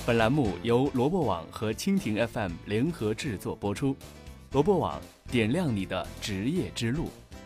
本栏目由萝卜网和蜻蜓 FM 联合制作播出。萝卜网，点亮你的职业之路。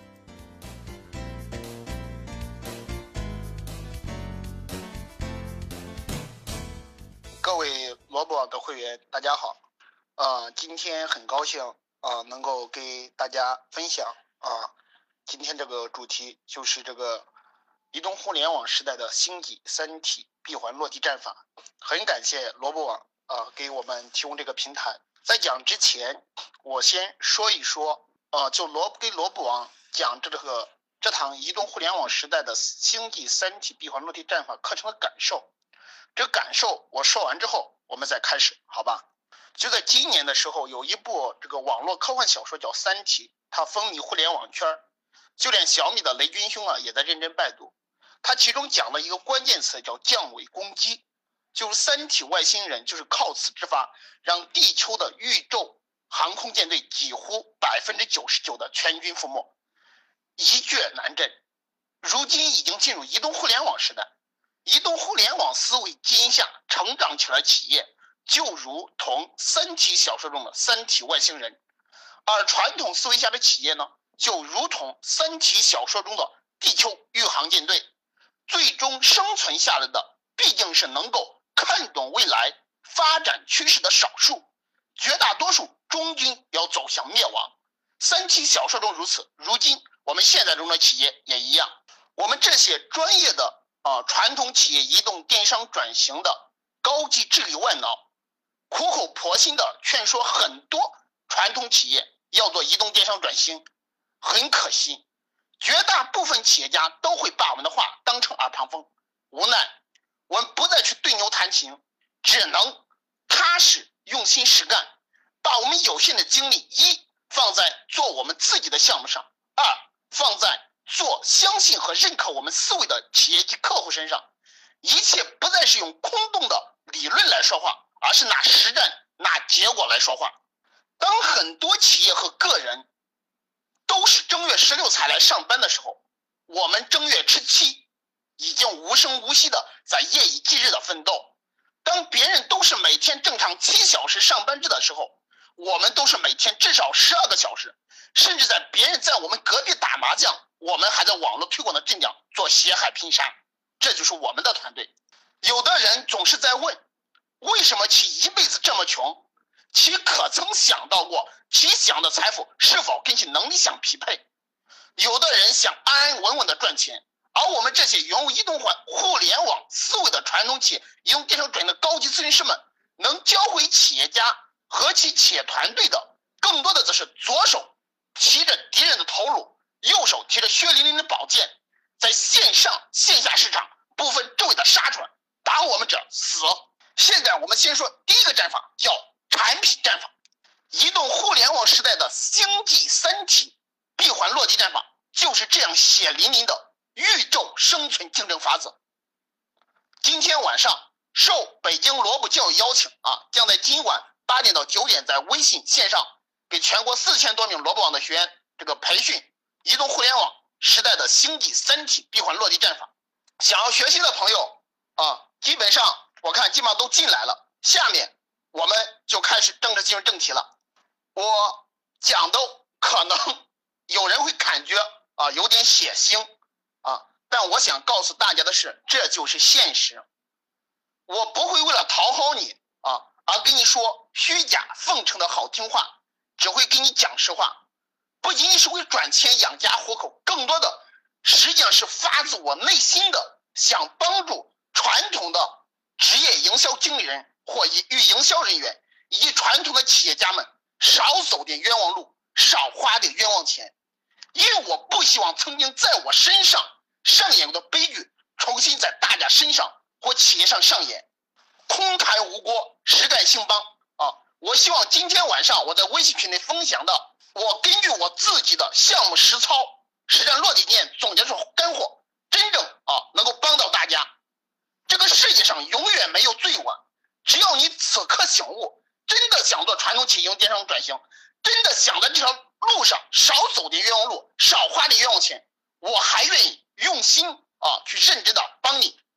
各位萝卜网的会员，大家好。今天很高兴能够给大家分享今天这个主题就是这个移动互联网时代的星际三体闭环落地战法。很感谢萝卜网给我们提供这个平台。在讲之前，我先说一说就给萝卜网讲这堂移动互联网时代的星际三体闭环落地战法课程的感受。这个感受我说完之后，我们再开始，好吧？就在今年的时候，有一部这个网络科幻小说叫《三体》，它风靡互联网圈，就连小米的雷军兄也在认真拜读。它其中讲了一个关键词叫降维攻击，就是三体外星人就是靠此之法，让地球的宇宙航空舰队几乎99%的全军覆没，一蹶难振。如今已经进入移动互联网时代，移动互联网思维基因下成长起来企业，就如同三体小说中的三体外星人，而传统思维下的企业呢，就如同三体小说中的地球宇航舰队，最终生存下来的毕竟是能够看懂未来发展趋势的少数，绝大多数终究要走向灭亡。三体小说中如此，如今我们现在中的企业也一样。我们这些专业的传统企业移动电商转型的高级智力外脑，苦口婆心的劝说很多传统企业要做移动电商转型。很可惜，绝大部分企业家都会把我们的话当成耳旁风。无奈我们不再去对牛弹琴，只能踏实用心实干，把我们有限的精力，一放在做我们自己的项目上，二放在做相信和认可我们思维的企业及客户身上。一切不再是用空洞的理论来说话，而是拿实战拿结果来说话。当很多企业和个人都是正月16才来上班的时候，我们正月吃7已经无声无息的在夜以继日的奋斗。当别人都是每天正常7小时上班制的时候，我们都是每天至少12个小时，甚至别人在我们隔壁打麻将，我们还在网络推广的阵讲做血海拼杀。这就是我们的团队。有的人总是在问，为什么其一辈子这么穷？其可曾想到过其想的财富是否跟其能力相匹配？有的人想安安稳稳的赚钱，而我们这些拥有移动互联网思维的传统企业移动电商转型的高级咨询师们，能教会企业家和其企业团队的，更多的则是左手提着敌人的头颅，右手提着血淋淋的宝剑，在线上线下市场不分周围的杀出来，打我们者死。现在我们先说第一个战法，叫产品战法。移动互联网时代的星际三体闭环落地战法就是这样血淋淋的宇宙生存竞争法则。今天晚上受北京萝卜教育邀请将在今晚8点到9点在微信线上给全国4000多名萝卜网的学员这个培训移动互联网时代的星际三体闭环落地战法。想要学习的朋友基本上我看基本上都进来了。下面我们就开始正式进入正题了。我讲的可能有人会感觉有点血腥但我想告诉大家的是，这就是现实。我不会为了讨好你而跟你说虚假奉承的好听话，只会跟你讲实话。不仅仅是为赚钱养家糊口，更多的实际上是发自我内心的想帮助传统的职业营销经理人或与营销人员以及传统的企业家们少走点冤枉路，少花点冤枉钱。因为我不希望曾经在我身上上演过的悲剧重新在大家身上或企业上上演。空谈无国，实干兴邦我希望今天晚上我在微信群内分享的，我根据我自己的项目实操实战落地经验总结出干货，真正能够帮到大家。这个世界上永远没有最晚，只要你此刻醒悟，真的想做传统企业电商转型，真的想在这条路上少走点冤枉路，少花点冤枉钱，我还愿意用心去认真的帮你。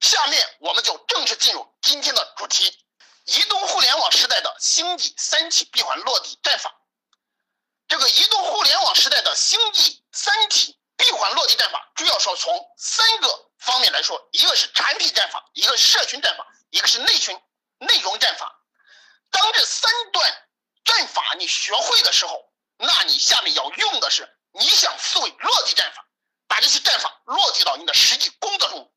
下面我们就正式进入今天的主题：移动互联网时代的星际3体闭环落地战法。这个移动互联网时代的星际3体闭环落地战法，主要说从3个方面来说，一个是产品战法，一个是社群战法，一个是内容战法。当这3段战法你学会的时候，那你下面要用的是理想思维落地战法，把这些战法落地到你的实际工作中。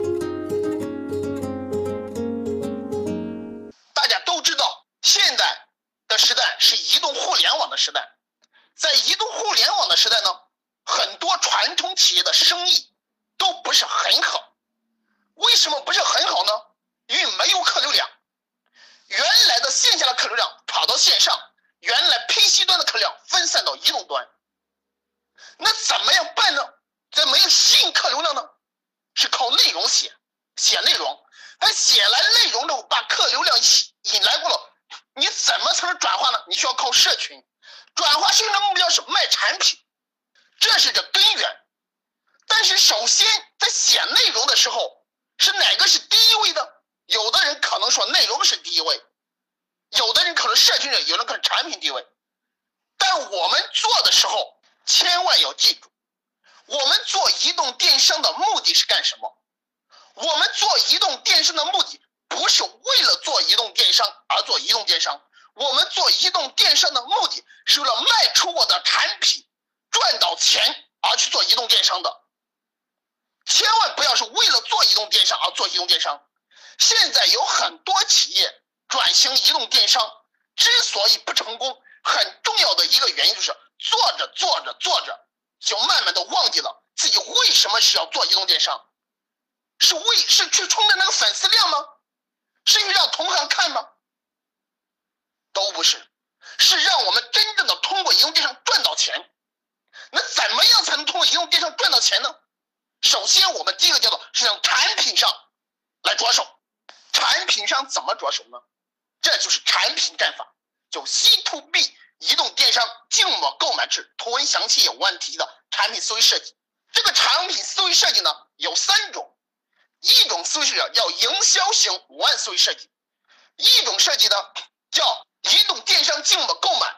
大家都知道，现在的时代是移动互联网的时代。在移动互联网的时代呢，很多传统企业的生意都不是很好。为什么不是很好呢？因为没有客流量。原来的线下的客流量跑到线上，原来 PC 端的客流量分散到移动端。那怎么样办呢？怎么样吸引客流量呢？是靠内容写内容。但写来内容之后，把客流量引来过了，你怎么才能转化呢？你需要靠社群。转化生产目标是卖产品，这是这根源。但是首先在写内容的时候，是哪个是第一位的？有的人可能说内容是第一位，有的人可能社群人，有人可能产品第一位。但我们做的时候千万要记住，我们做移动电商的目的是干什么？我们做移动电商的目的不是为了做移动电商而做移动电商，我们做移动电商的目的是为了卖出我的产品赚到钱而去做移动电商的。千万不要是为了做移动电商而做移动电商。现在有很多企业转型移动电商之所以不成功，很重要的一个原因就是做着就慢慢的忘记了自己为什么是要做移动电商。是去冲着那个粉丝量吗？是因为让同行看吗？都不是，是让我们真正的通过移动电商赚到钱。那怎么样才能通过移动电商赚到钱呢？首先我们第一个叫做是从产品上来着手。产品上怎么着手呢？这就是产品战法，就 C2B 移动电商静默购买制图文详细有问题的产品思维设计。这个产品思维设计呢有3种，一种思维设计叫营销型5万思维设计，一种设计呢叫移动电商静默购买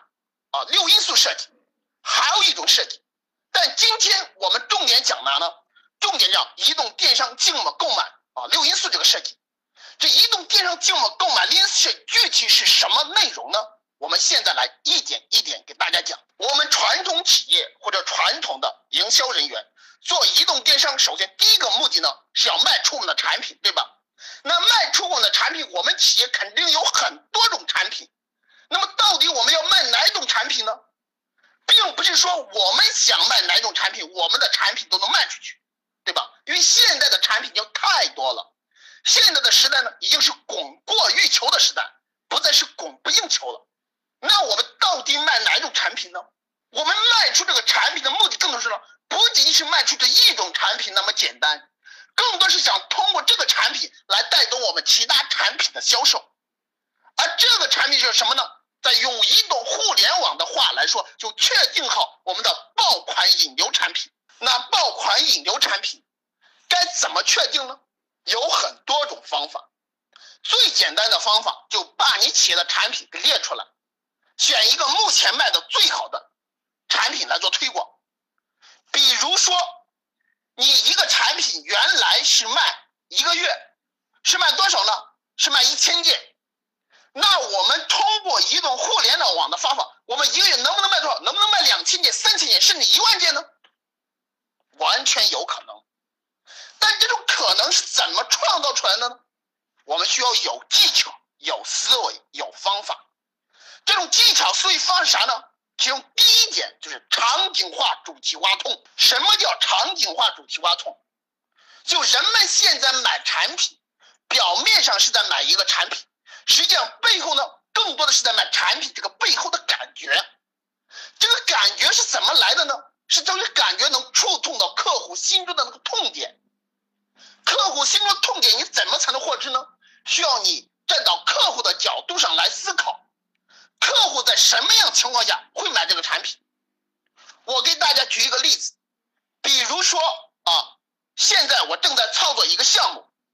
6因素设计，还有一种设计。但今天我们重点讲哪呢？重点讲移动电商静默购买6因素这个设计。这移动电商静默购买6因素具体是什么内容呢？我们现在来一点一点给大家讲。我们传统企业或者传统的营销人员做移动电商，首先第一个目的呢是要卖出我们的产品，对吧？那卖出我们的产品，我们企业肯定有很多种产品。那么到底我们要卖哪种产品呢？并不是说我们想卖哪种产品，我们的产品都能卖出去，对吧？因为现在的产品已经太多了。现在的时代呢，已经是供过于求的时代，不再是供不应求了。那我们到底卖哪种产品呢？我们卖出这个产品的目的更多是呢，不仅仅是卖出这一种产品那么简单，更多是想通过这个产品来带动我们其他产品的销售。而这个产品是什么呢？在用移动互联网的话来说，就确定好我们的爆款引流产品。那爆款引流产品该怎么确定呢？有很多种方法。最简单的方法就把你企业的产品给列出来，选一个目前卖的最好的产品来做推广。比如说你一个产品原来是卖1个月是卖多少呢？是卖1000件。那我们通过移动互联网的方法，我们1个月能不能卖多少？能不能卖2000件、3000件，甚至1万件呢？完全有可能。但这种可能是怎么创造出来的呢？我们需要有技巧、有思维、有方法。这种技巧思维方式啥呢？其中第一点就是场景化主题挖痛。什么叫场景化主题挖痛？就人们现在买产品，表面上是在买一个产品，实际上背后呢，更多的是在买产品这个背后的感觉。这个感觉是怎么来的呢？是这个感觉能触痛到客户心中的那个痛点。客户心中的痛点你怎么才能获知呢？需要你站到客户的角度上来思考，客户在什么样情况下会买这个产品。我给大家举一个例子，比如说现在我正在操作一个项目，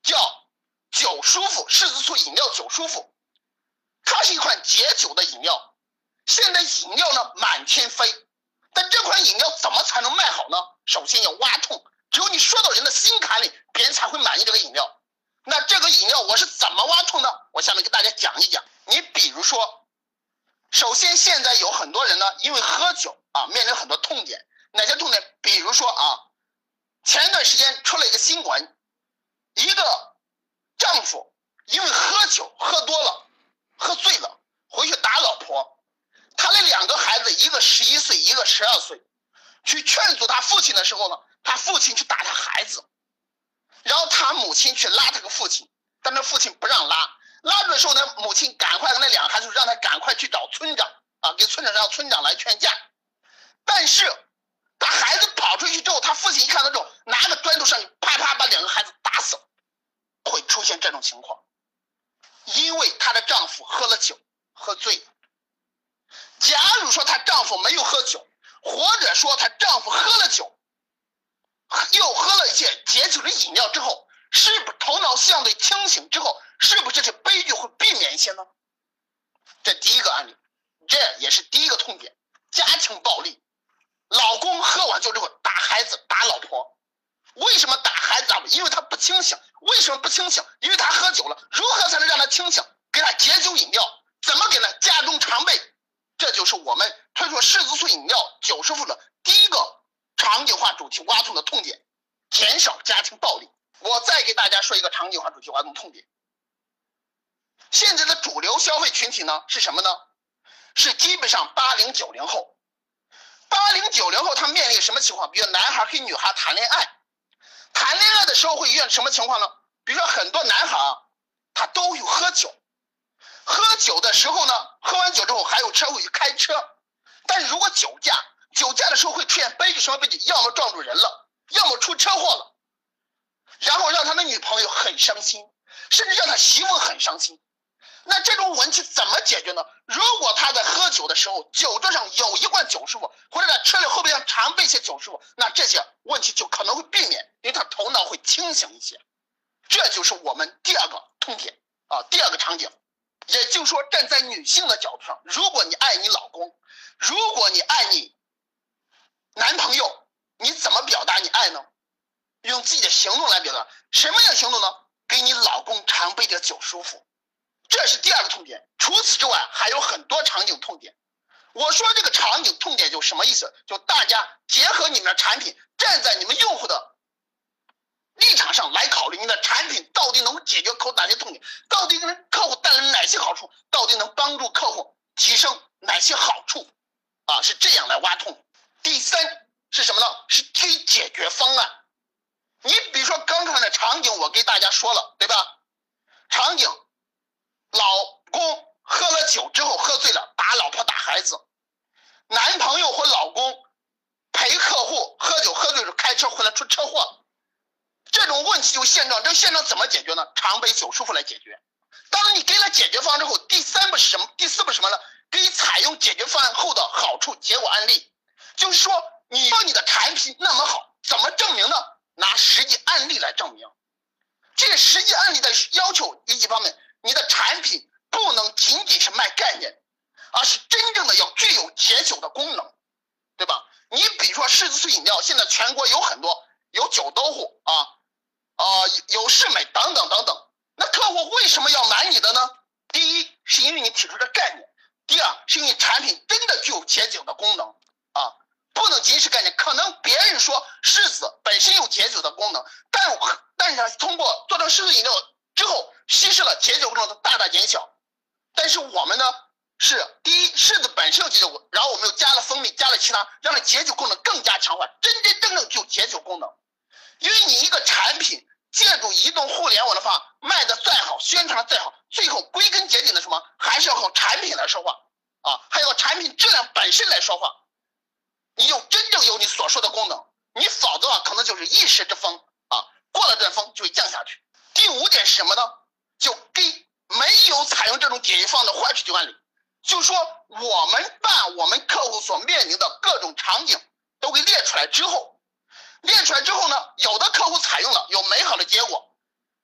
叫酒舒服柿子醋饮料酒舒服，它是一款解酒的饮料。现在饮料呢满天飞，但这款饮料怎么才能卖好呢？首先要挖痛，只有你说到人的心坎里，别人才会满意这个饮料。那这个饮料我是怎么挖痛呢？我下面给大家讲一讲。你比如说，首先现在有很多人呢，因为喝酒面临很多痛点。哪些痛点？比如说前段时间出了一个新闻，一个丈夫因为喝酒喝多了，喝醉了，回去打老婆。他的2个孩子，一个11岁，一个12岁，去劝阻他父亲的时候呢，他父亲去打他孩子，然后他母亲去拉他个父亲，但是父亲不让拉住的时候呢，母亲赶快跟那2个孩子让他赶快去找村长给村长让村长来劝架。但是他孩子跑出去之后，他父亲一看到之后，拿个砖头上去啪啪把2个孩子打死了。会出现这种情况，因为她的丈夫喝了酒，喝醉了。假如说她丈夫没有喝酒，或者说她丈夫喝了酒，又喝了一些解酒的饮料之后，是不是头脑相对清醒之后，是不是这些悲剧会避免一些呢？这第一个案例，这也是第一个痛点，家庭暴力。老公喝完酒之后打孩子打老婆，为什么打孩子？因为他不清醒。为什么不清醒？因为他喝酒了。如何才能让他清醒？给他解酒饮料。怎么给呢？家中常备。这就是我们推出柿子醋饮料酒舒服的第一个场景化主题挖痛的痛点，减少家庭暴力。我再给大家说一个场景化主题挖痛痛点。现在的主流消费群体呢是什么呢？是基本上80、90后。80、90后他面临什么情况？比如男孩跟女孩谈恋爱，谈恋爱的时候会遇见什么情况呢？比如说很多男孩他都有喝酒，喝酒的时候呢，喝完酒之后还有车会去开车，但是如果酒驾的时候会出现悲剧，什么悲剧？要么撞住人了，要么出车祸了，然后让他的女朋友很伤心，甚至让他媳妇很伤心。那这种问题怎么解决呢？如果他在喝酒的时候，酒桌上有一罐酒舒服，或者在车里后边常备一些酒舒服，那这些问题就可能会避免，因为他头脑会清醒一些。这就是我们第2个痛点第2个场景。也就是说，站在女性的角度上，如果你爱你老公，如果你爱你男朋友，你怎么表达你爱呢？用自己的行动来表达。什么样的行动呢？给你老公常备点酒舒服。这是第2个痛点。除此之外还有很多场景痛点。我说这个场景痛点就什么意思？就大家结合你们的产品，站在你们用户的立场上来考虑，你的产品到底能解决客户哪些痛点，到底给客户带来哪些好处，到底能帮助客户提升哪些好处是这样来挖痛。第3是什么呢？是提解决方案。你比如说刚才的场景我给大家说了，对吧？场景老公喝了酒之后喝醉了，打老婆打孩子，男朋友或老公陪客户喝酒喝醉了开车回来出车祸，这种问题就现状。这个现状怎么解决呢？常备酒舒服来解决。当你给了解决方案之后，第4步是什么呢？给采用解决方案后的好处结果案例。就是说，你说你的产品那么好，怎么证明呢？拿实际案例来证明。这个实际案例的要求以及方面，你的产品不能仅仅是卖概念，而是真正的要具有解酒的功能，对吧？你比如说柿子醋饮料，现在全国有很多，有九豆户有士美等等等等。那客户为什么要买你的呢？第一是因为你提出的概念，第2是因为产品真的具有解酒的功能不能仅是概念。可能别人说柿子本身有解酒的功能，但是它通过做成柿子饮料之后，稀释了解酒功能的大大减小。但是我们呢，是第一，柿子本身有解酒功能，然后我们又加了蜂蜜，加了其他，让它解酒功能更加强化，真正具有解酒功能。因为你一个产品借助移动互联网的话，卖的再好，宣传的再好，最后归根结底的什么，还是要靠产品来说话还有产品质量本身来说话。你真正有你所说的功能，你否则的话可能就是一时之风过了这风就会降下去。第5点是什么呢？就给没有采用这种解决方案的坏处举案例，就是说我们把我们客户所面临的各种场景都给列出来之后呢，有的客户采用了有美好的结果，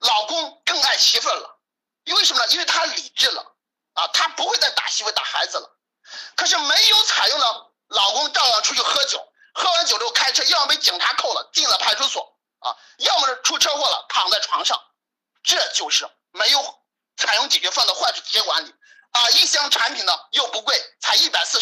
老公更爱媳妇了，因为什么呢？因为他理智了啊，他不会再打媳妇打孩子了。可是没有采用呢，老公照样出去喝酒，喝完酒之后开车，要么被警察扣了进了派出所啊，要么是出车祸了躺在床上。这就是没有采用解决方案的坏处直接管理啊！一箱产品呢又不贵，才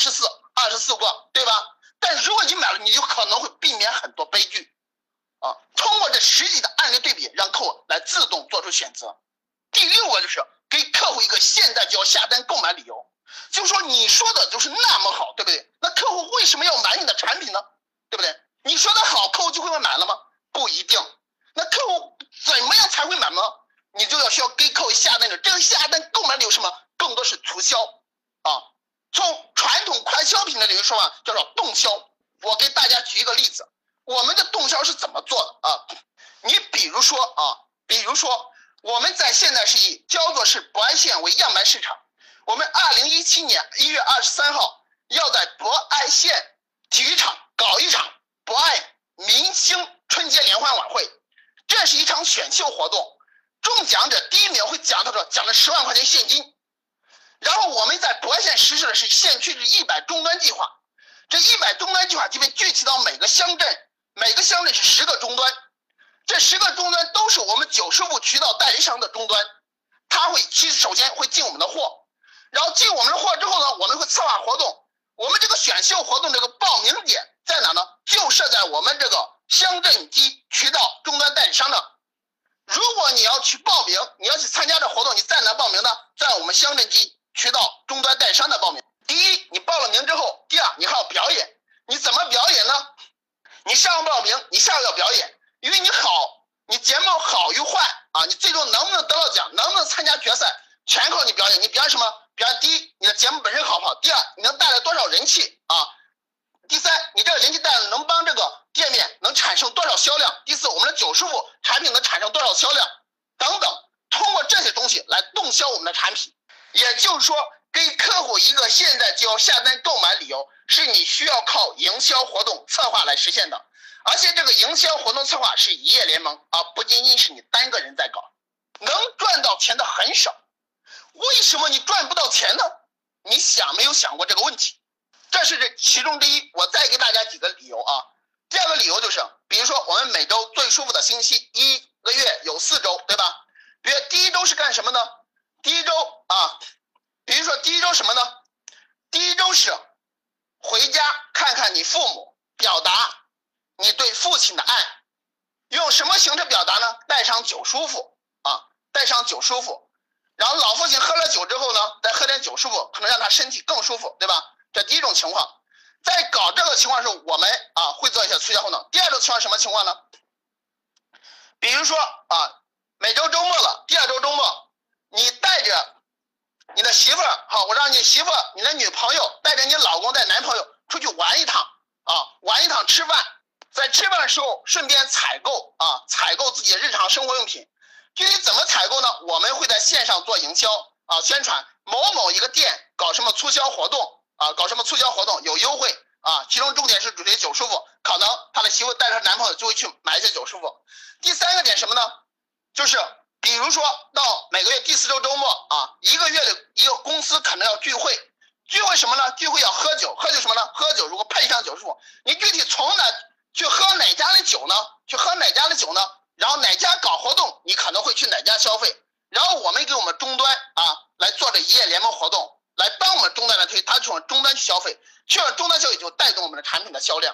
144，24个，对吧？但如果你买了，你就可能会避免很多悲剧啊！通过这实际的案例对比，让客户来自动做出选择。第6个就是给客户一个现在就要下单购买理由，就是说你说的就是那么好，对不对？那客户为什么要买你的产品呢？对不对？你说的好，客户就会买了吗？不一定。那客户怎么样才会买呢？你就需要给客户下单的，这个下单购买理由什么？更多是促销啊。从传统快消品的领域说啊，叫做动销。我给大家举一个例子，我们的动销是怎么做的啊？你比如说我们在现代世纪焦作市博爱县为样板市场，我们2017年1月23号要在博爱县体育场搞一场博爱明星春节联欢晚会，这是一场选秀活动。中奖者第1名会奖到奖了10万块钱现金，然后我们在博爱县实施的是县区是100终端计划，这100终端计划这边具体到每个乡镇是10个终端，这10个终端都是我们九师傅渠道代理商的终端，他会首先会进我们的货，然后进我们的货之后呢，我们会策划活动，我们这个选秀活动这个报名点在哪呢？就设在我们这个乡镇及渠道终端代理商的。如果你要去报名，你要去参加这活动，你在哪报名呢？在我们乡镇及渠道终端代理商的报名。第一，你报了名之后，第二，你还要表演。你怎么表演呢？你上午报名，你下午要表演，因为你节目好与坏啊，你最终能不能得到奖，能不能参加决赛，全靠你表演。你表演什么？表演第一，你的节目本身好不好？第二，你能带来多少人气啊？第三，你这个人气带来能帮这个店面能产生多少销量？第四，我们的九师傅产品能产生多少销量？等等，通过这些东西来动销我们的产品。也就是说，给客户一个现在就要下单购买理由，是你需要靠营销活动策划来实现的。而且这个营销活动策划是一业联盟啊，不仅仅是你单个人在搞，能赚到钱的很少。为什么你赚不到钱呢？你没有想过这个问题？这是这其中之一。我再给大家几个理由啊。第二个理由就是，比如说我们每周最舒服的星期，1个月有4周，对吧？比如第1周是干什么呢？第1周啊，比如说第1周什么呢？第1周是回家看看你父母，表达你对父亲的爱。用什么形式表达呢？带上九叔父啊，带上九叔父。然后老父亲喝了酒之后呢，再喝点九叔父，可能让他身体更舒服，对吧？这第一种情况。在搞这个情况的时候，我们会做一些促销活动。第二种情况什么情况呢？比如说每周周末了，第2周周末，你带着你的媳妇儿，我让你媳妇儿、你的女朋友带着你老公、带男朋友出去玩一趟玩一趟吃饭，在吃饭的时候顺便采购自己日常生活用品。具体怎么采购呢？我们会在线上做营销宣传某一个店搞什么促销活动有优惠其中重点是主题九师傅，可能他的媳妇带着男朋友就会去买一些九师傅。第3个点什么呢？就是比如说到每个月第4周周末1个月的一个公司可能要聚会什么呢？聚会要喝酒什么呢？喝酒如果配上九师傅，你具体从哪去喝哪家的酒呢？然后哪家搞活动，你可能会去哪家消费，然后我们给我们终端来做这一业联盟活动，来帮我们终端来推，他去往终端去消费，去往终端消费就带动我们的产品的销量。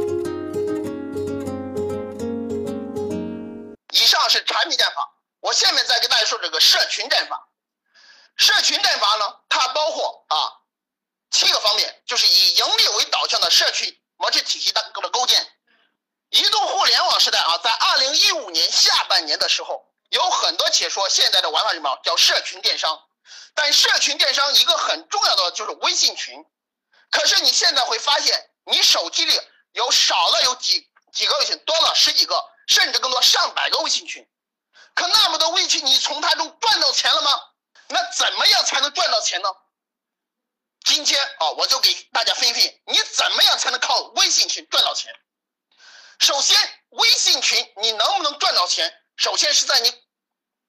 以上是产品战法，我下面再给大家说这个社群战法。社群战法呢，它包括7个方面，就是以盈利为导向的社区模式体系的构建。移动互联网时代在2015年下半年的时候，有很多企业说现在的玩法什么叫社群电商，但社群电商一个很重要的就是微信群。可是你现在会发现，你手机里少了有几个微信，多了10几个，甚至更多上百个微信群。可那么多微信群，你从它中赚到钱了吗？那怎么样才能赚到钱呢？今天我就给大家分析你怎么样才能靠微信群赚到钱。首先，微信群你能不能赚到钱？首先是在你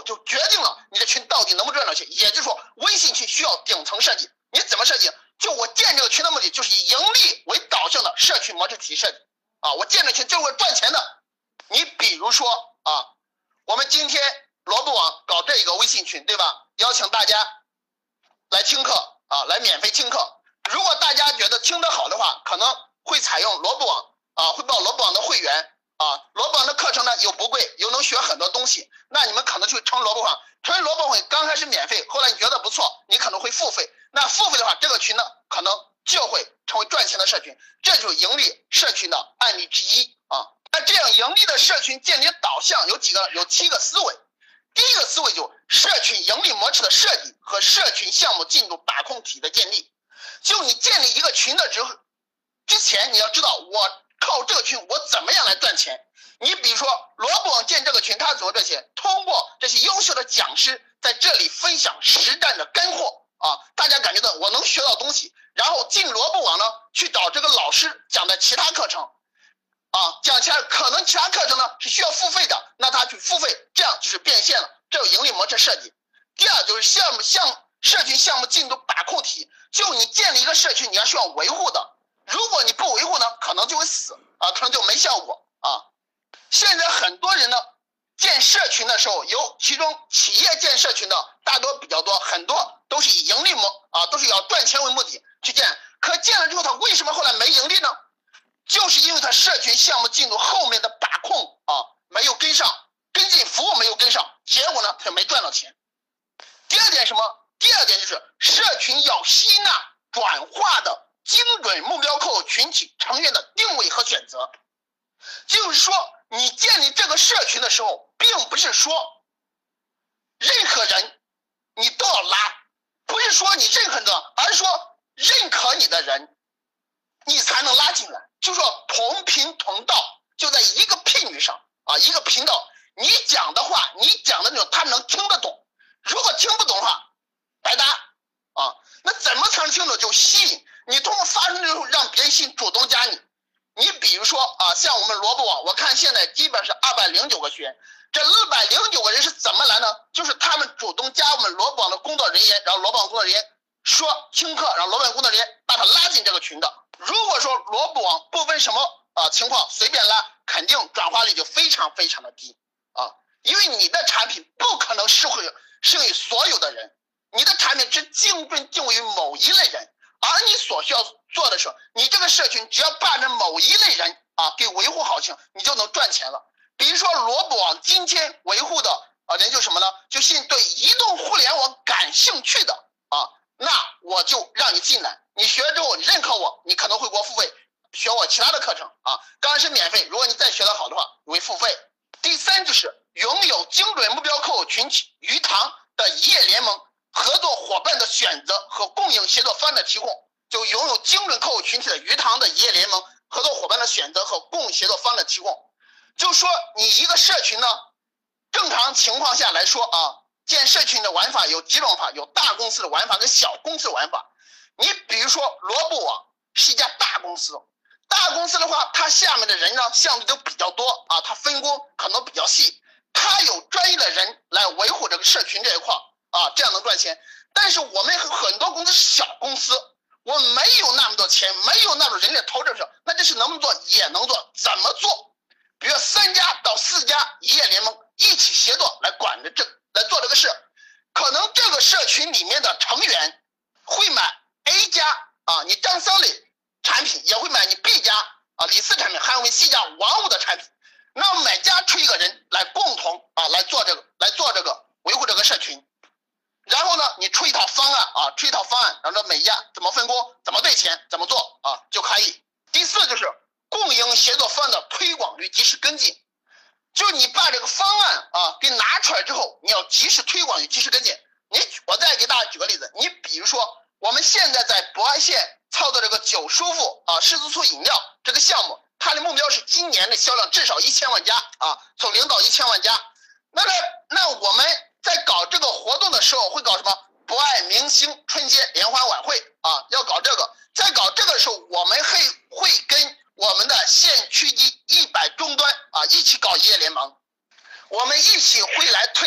就决定了你的群到底能不能赚到钱。也就是说，微信群需要顶层设计。你怎么设计？就我建这个群的目的就是以盈利为导向的社群模式体系设计啊，我建这群就是为赚钱的。你比如说啊，我们今天萝卜网搞这个微信群，对吧？邀请大家来听课啊，来免费听课。如果大家觉得听得好的话，可能会采用萝卜网啊，会报萝卜网的会员啊。萝卜网的课程呢又不贵，又能学很多东西，那你们可能就成萝卜网。成为萝卜网刚开始免费，后来你觉得不错，你可能会付费。那付费的话，这个群呢可能就会成为赚钱的社群，这就是盈利社群的案例之一啊。那这样盈利的社群建立导向有7个思维。第一个思维就社群盈利模式的设计和社群项目进度把控体的建立。就你建立一个群的之前，你要知道我靠这个群我怎么样来赚钱。你比如说萝卜网建这个群，它怎么赚钱？通过这些优秀的讲师在这里分享实战的干货啊，大家感觉到我能学到东西，然后进萝卜网呢去找这个老师讲的其他课程啊，讲其他可能其他课程呢是需要付费的，那他去付费，这样就是变现了，这有盈利模式设计。第二就是社群项目进度把控体，就你建立一个社群，你要需要维护的，如果你不维护呢，可能就会死啊，可能就没效果啊。现在很多人呢建社群的时候，其中企业建社群的大多比较多，很多都是以盈利都是要赚钱为目的去建，可建了之后他为什么后来没盈利呢？就是因为他社群项目进度后面的把控没有跟上，跟进服务没有跟上，结果呢他没赚到钱。第二点什么？第二点就是社群要吸纳转化的精准目标客户群体成员的定位和选择。就是说你建立这个社群的时候，并不是说任何人你都要拉，不是说你任何人，而是说认可你的人你才能拉进来，就是说同频同道，就在一个频率上啊，一个频道，你讲的话，你讲的那种他能听得懂，如果听不懂的话白搭啊。那怎么才能听懂？就吸引你，通过发声之后让别人心主动加你。你比如说啊，像我们萝卜网，我看现在基本是209个学员，这209个人是怎么来呢？就是他们主动加我们萝卜网的工作人员，然后萝卜网工作人员说听课，然后萝卜网工作人员把他拉进这个群的。如果说萝卜网不分什么情况随便拉，肯定转化率就非常非常的低啊，因为你的产品不可能适用于所有的人，你的产品只精准定位于某一类人，而你所需要做的是，你这个社群只要把这某一类人给维护好情，你就能赚钱了。比如说萝卜网今天维护的人就什么呢？就是对移动互联网感兴趣的那我就让你进来，你学之后你认可我，你可能会给我付费学我其他的课程刚开始免费，如果你再学得好的话你会付费。第三就是拥有精准目标客户群体鱼塘的一业联盟，合作伙伴的选择和共赢协作方案的提供，就拥有精准客户群体的鱼塘的一业联盟，合作伙伴的选择和共赢协作方案的提供。就是说你一个社群呢，正常情况下来说建社群的玩法有几种法，有大公司的玩法跟小公司的玩法。你比如说萝卜网是一家大公司，大公司的话它下面的人呢项目都比较多它分工可能比较细，它有专业的人来维护这个社群这一块这样能赚钱。但是我们很多公司是小公司，我没有那么多钱，没有那种人力投入，那这是能不能做？也能做。怎么做？比如3家到4家一业联盟一起协作来来做这个事，可能这个社群里面的成员会买 A 家你张三磊产品，也会买你 B 家李四产品，还有我们 C 家王五的产品。那每家出一个人来共同来做这个维护这个社群。然后呢，你出一套方案然后每家怎么分工，怎么对钱，怎么做就可以。第四就是共赢协作方案的推广与及时跟进，就是你把这个方案给拿出来之后，你要及时推广与及时跟进。我再给大家举个例子，你比如说我们现在在博爱县操作这个9舒服柿子醋饮料这个项目，它的目标是今年的销量至少1000万家从0到1000万家。那我们在搞这个活动的时候会搞什么？博爱明星春节联欢晚会要搞这个。在搞这个的时候，我们会跟我们的县区100终端一起搞一业联盟，我们一起会来推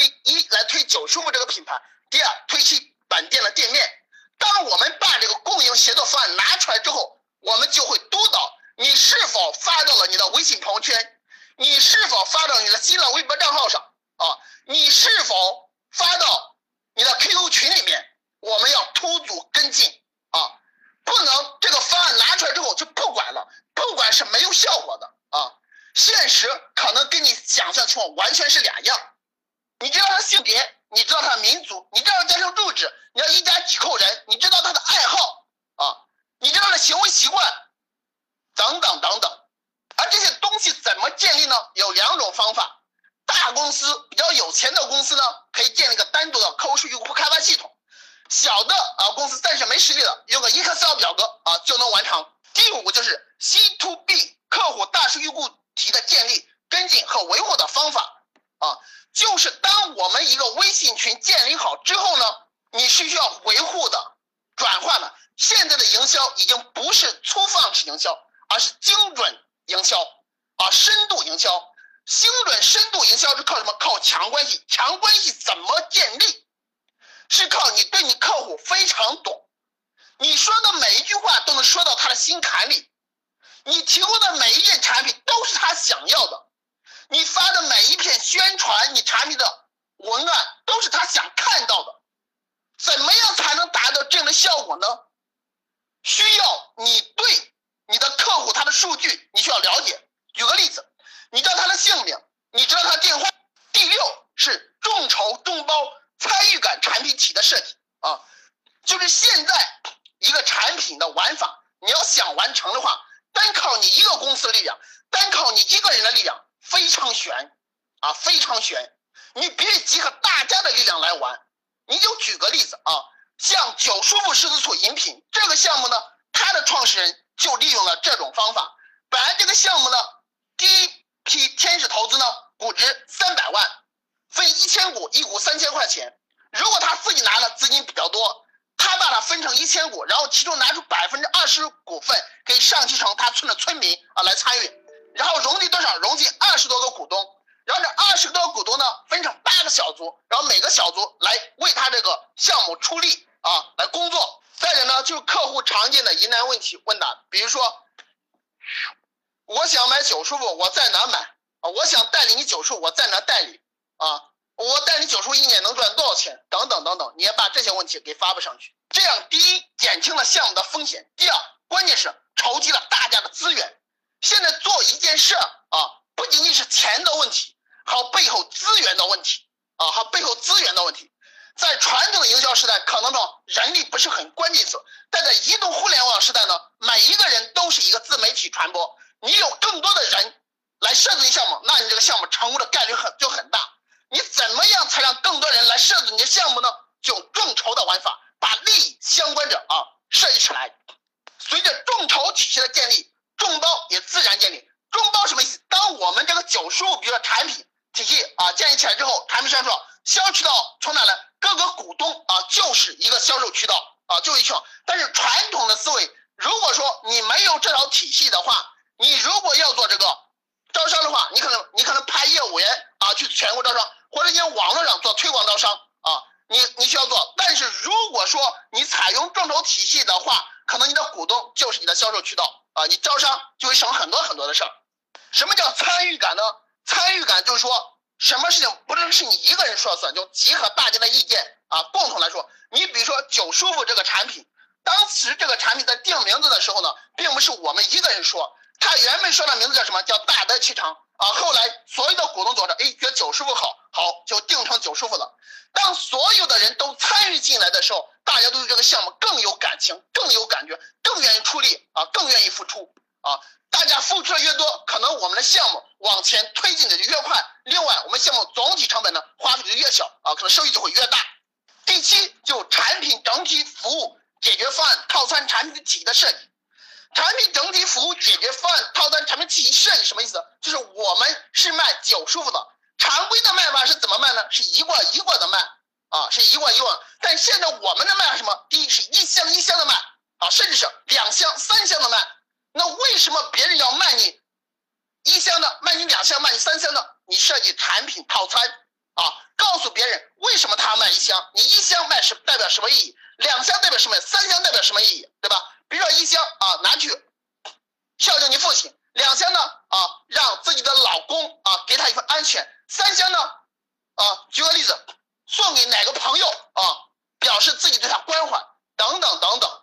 来推九叔父这个品牌，第二推起本店的店面。当我们把这个共赢协作方案拿出来之后，我们就会督导你是否发到了你的微信朋友圈，你是否发到你的新浪微博账号上啊，你是否发到你的 QQ 群里面，我们要突组跟进啊，不能这个方案拿出来之后就不管了，不管是没有效果的啊，现实可能跟你想象情况完全是两样。你知道他的性别，你知道他的民族，你知道他家庭住址，你要一家几口人，你知道他的爱好啊，你知道他的行为习惯，等等等等。而这些东西怎么建立呢？有两种方法。大公司比较有钱的公司呢，可以建立一个单独的客户数据库开发系统。小的公司暂时没实力的，用个 Excel 表格就能完成。第五就是 C to B 客户大数据库体的建立、跟进和维护的方法就是当我们一个微信群建立好之后呢，你是需要维护的、转化的。现在的营销已经不是粗放式营销，而是精准营销深度营销。精准深度营销是靠什么？靠强关系。强关系怎么建立？是靠你对你客户非常懂，你说的每一句话都能说到他的心坎里，你提供的每一件产品都是他想要的，你发的每一篇宣传你产品的文案都是他想看到的。怎么样才能达到这样的效果呢？需要你对你的客户他的数据你需要了解。举个例子，你知道他的姓名，你知道他的电话。第六是众筹众包参与感产品体的设计就是现在一个产品的玩法，你要想完成的话，单靠你一个公司的力量，单靠你一个人的力量非常悬非常悬，你必须集合大家的力量来玩。你就举个例子像九叔父狮子醋饮品这个项目呢，它的创始人就利用了这种方法。本来这个项目呢，第一批天使投资呢，估值300万，分1000股，一股3000块钱。如果他自己拿的资金比较多，他把它分成1000股，然后其中拿出20%股份给上七城他村的村民来参与，然后融进多少？融进20多个股东，然后这20多个股东呢，分成8个小组，然后每个小组来为他这个项目出力来工作。再者呢，就是客户常见的疑难问题问答，比如说我想买九叔父，我在哪买我想代理你九叔，我在哪代理我代理九叔1年能赚多少钱等等等等，你也把这些问题给发布上去。这样第一减轻了项目的风险，第二关键是筹集了大家的资源。现在做一件事不仅仅是钱的问题，还有背后资源的问题还有背后资源的问题。在传统的营销时代，可能呢人力不是很关键词，但在移动互联网时代呢，每一个人都是一个自媒体传播，你有更多的人来设置项目，那你这个项目成功的概率就很大。你怎么样才让更多人来设置你的项目呢？就众筹的玩法，把利益相关者设计起来。随着众筹体系的建立，众包也自然建立。众包什么意思？当我们这个九叔比如说产品体系建立起来之后，产品上市销售渠道从哪来？各个股东就是一个销售渠道就是一条。但是传统的思维，如果说你没有这套体系的话，你如果要做这个招商的话，你可能派业务员去全国招商，或者你网络上做推广招商你需要做。但是如果说你采用众筹体系的话，可能你的股东就是你的销售渠道你招商就会省很多很多的事儿。什么叫参与感呢？参与感就是说，什么事情不能是你一个人说了算，就集合大家的意见共同来说。你比如说九叔父这个产品，当时这个产品在定名字的时候呢，并不是我们一个人说，他原本说的名字叫什么？叫大德气场后来所有的股东觉得觉得九叔父好就定成九叔父了。当所有的人都参与进来的时候，大家对这个项目更有感情，更有感觉，更愿意出力更愿意付出大家付出的越多，可能我们的项目往前推进的就越快。另外，我们项目总体成本呢花费就越小可能收益就会越大。第七，就产品整体服务解决方案套餐产品体的设计。产品整体服务解决方案套餐产品体系设计什么意思？就是我们是卖九叔父的，常规的卖法是怎么卖呢？是一罐一罐的卖是一罐一罐。但现在我们的卖是什么？第一是一箱一箱的卖甚至是2箱3箱的卖。那为什么别人要卖你1箱的，卖你2箱，卖你3箱的？你设计产品套餐告诉别人为箱，你1箱代表什么意义？2箱代表什么意义？3箱代表什么意义？对吧？比如说1箱拿去孝敬你父亲，2箱呢让自己的老公给他一份安全，3箱呢举个例子，送给哪个朋友表示自己对他关怀等等等等。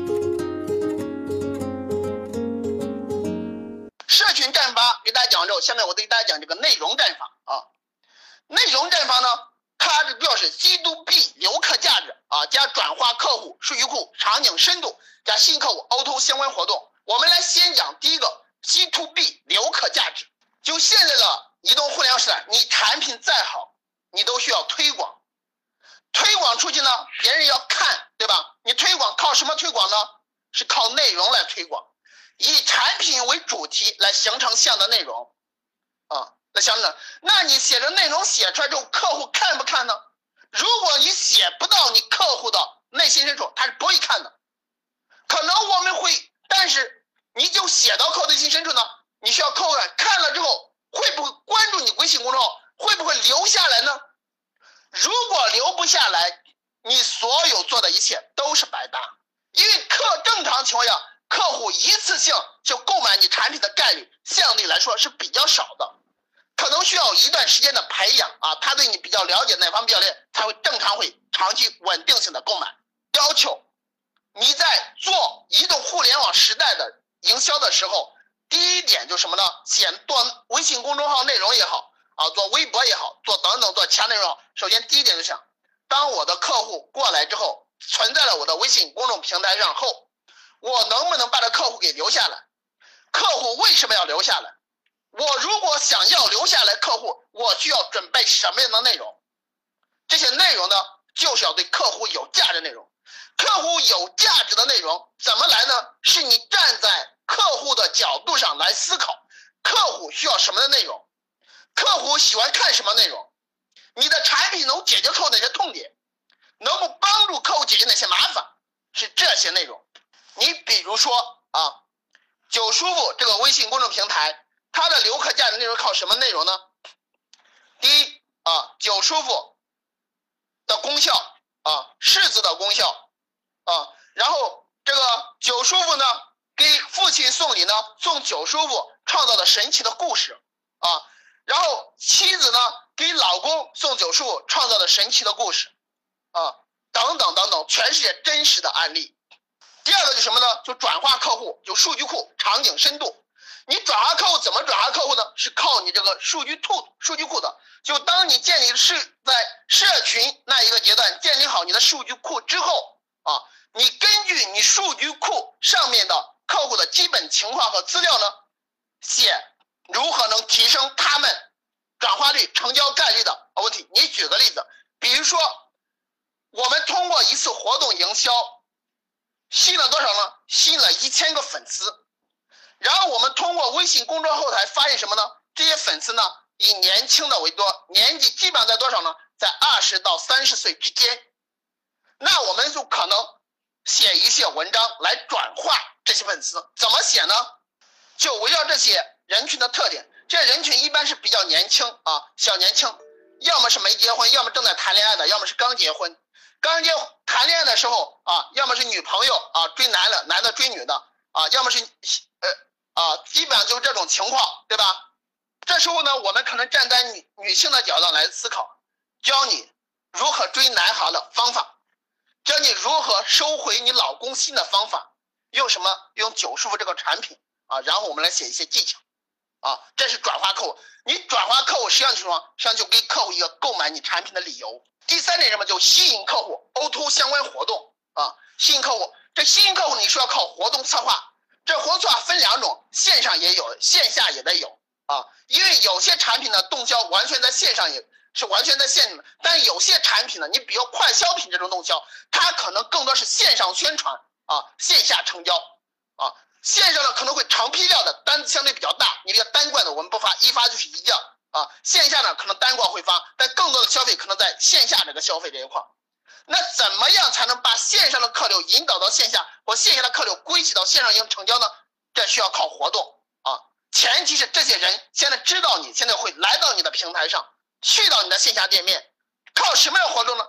社群战法给大家讲之后，下面我给大家讲这个内容战法内容战法呢，它的主要是 G2B 留客价值加转化客户数据库场景深度加新客户 O2O 相关活动。我们来先讲第一个 G2B 留客价值。就现在的移动互联网时代，你产品再好，你都需要推广。推广出去呢，别人要看，对吧？你推广靠什么推广呢？是靠内容来推广，以产品为主题来形成这样的内容来形成。那你写着内容写出来之后，客户看不看呢？如果你写不到你客户的内心深处，他是不会看的。可能我们会，但是你就写到客户内心深处呢，你需要客户看了之后会不会关注你微信公众号，会不会留下来呢？如果留不下来，你所有做的一切都是白搭。因为正常情况下，客户一次性就购买你产品的概率相对来说是比较少的，可能需要一段时间的培养他对你比较了解，哪方面比较了解，才会正常会长期稳定性的购买。要求你在做移动互联网时代的营销的时候，第一点就是什么呢？做微信公众号内容也好做微博也好，做等等做其他内容也好，首先第一点就想，当我的客户过来之后，存在了我的微信公众平台上后，我能不能把这客户给留下来？客户为什么要留下来？我如果想要留下来客户，我需要准备什么样的内容？这些内容呢，就是要对客户有价值内容。客户有价值的内容怎么来呢？是你站在客户的角度上来思考，客户需要什么的内容，客户喜欢看什么内容，你的产品能解决客户哪些痛点，能够帮助客户解决哪些麻烦，是这些内容。你比如说九叔父这个微信公众平台，它的留客价值内容靠什么内容呢？第一九叔父的功效柿子的功效然后这个九叔父呢给父亲送礼呢，送九叔父创造的神奇的故事然后妻子呢给老公送九叔父创造的神奇的故事等等等等，全是些真实的案例。第二个就是什么呢？就转化客户，就数据库场景深度。你转化客户怎么转化客户呢？是靠你这个数据库的。就当你建立在社群那一个阶段建立好你的数据库之后你根据你数据库上面的客户的基本情况和资料呢，写如何能提升他们转化率、成交概率的问题。你举个例子，比如说我们通过一次活动营销吸了多少呢？吸了1000个粉丝。然后我们通过微信公众后台发现什么呢？这些粉丝呢以年轻的为多，年纪基本上在多少呢？在20到30岁之间。那我们就可能写一些文章来转化这些粉丝。怎么写呢？就围绕这些人群的特点，这些人群一般是比较年轻小年轻，要么是没结婚，要么正在谈恋爱的，要么是刚结婚。谈恋爱的时候要么是女朋友追男的，男的追女的要么是基本上就是这种情况，对吧？这时候呢，我们可能站在女性的角度来思考，教你如何追男孩的方法，教你如何收回你老公心的方法，用什么？用九叔父这个产品然后我们来写一些技巧这是转化客户。你转化客户实际上就是什么？实际上就给客户一个购买你产品的理由。第三点什么？就吸引客户 O2O 相关活动吸引客户。这吸引客户你需要靠活动策划。这活动策划分2种，线上也有，线下也得有因为有些产品呢动销完全在线上也是完全在线上，但有些产品呢，你比如快消品这种动销，它可能更多是线上宣传线下成交线上呢可能会成批量的单子相对比较大，你这个单罐的我们不发，一发就是1件线下呢可能单罐会发，但更多的消费可能在线下这个消费这一块。那怎么样才能把线上的客流引导到线下，或线下的客流归集到线上进行成交呢？这需要靠活动前提是这些人现在知道你，现在会来到你的平台上，去到你的线下店面。靠什么样的活动呢？你比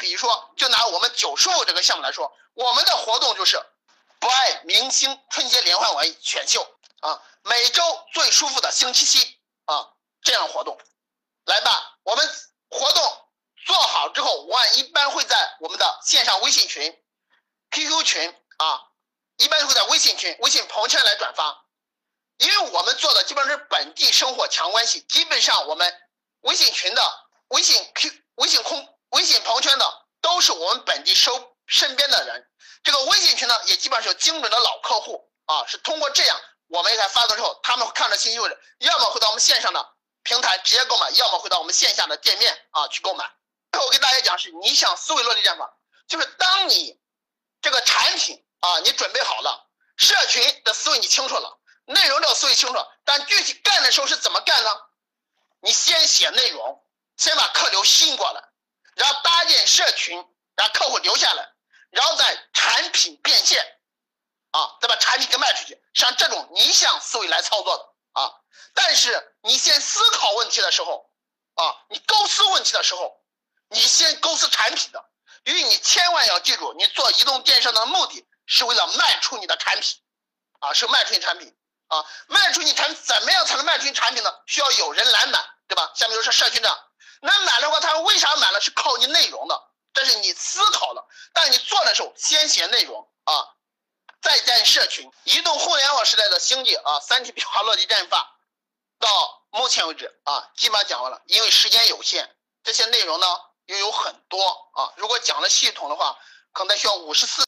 比如说，就拿我们九叔父这个项目来说，我们的活动就是不爱明星春节联欢晚会选秀啊，每周最舒服的星期七啊，这样活动来办。我们活动做好之后，我一般会在我们的线上微信群、QQ 群啊，一般会在微信群、微信朋友圈来转发。因为我们做的基本上是本地生活强关系，基本上我们微信群的、微信朋友圈的都是我们本地身边的人。这个微信群呢，也基本上是有精准的老客户啊，是通过这样我们给他发送之后，他们看着信息会要么会到我们线上的平台直接购买，要么会到我们线下的店面啊去购买。最后给大家讲是理想思维落地战法，就是当你这个产品啊你准备好了，社群的思维你清楚了，内容这个思维清楚了，但具体干的时候是怎么干呢？你先写内容，先把客流吸引过来，然后搭建社群，让客户留下来，然后再产品变现啊，再把产品给卖出去，像这种逆向思维来操作的啊。但是你先思考问题的时候啊，你构思问题的时候，你先构思产品的，因为你千万要记住，你做移动电商的目的是为了卖出你的产品啊，是卖出你产品啊，卖出你产品怎么样才能卖出你产品呢？需要有人来买，对吧？像比如说社区这样，那买的话，他为啥买了？是靠你内容的，这是你思考了，但你做的时候先写内容啊，再建社群。移动互联网时代的兴起啊，3体变化落地战法到目前为止啊，基本上讲完了。因为时间有限，这些内容呢又有很多啊，如果讲的系统的话，可能需要54。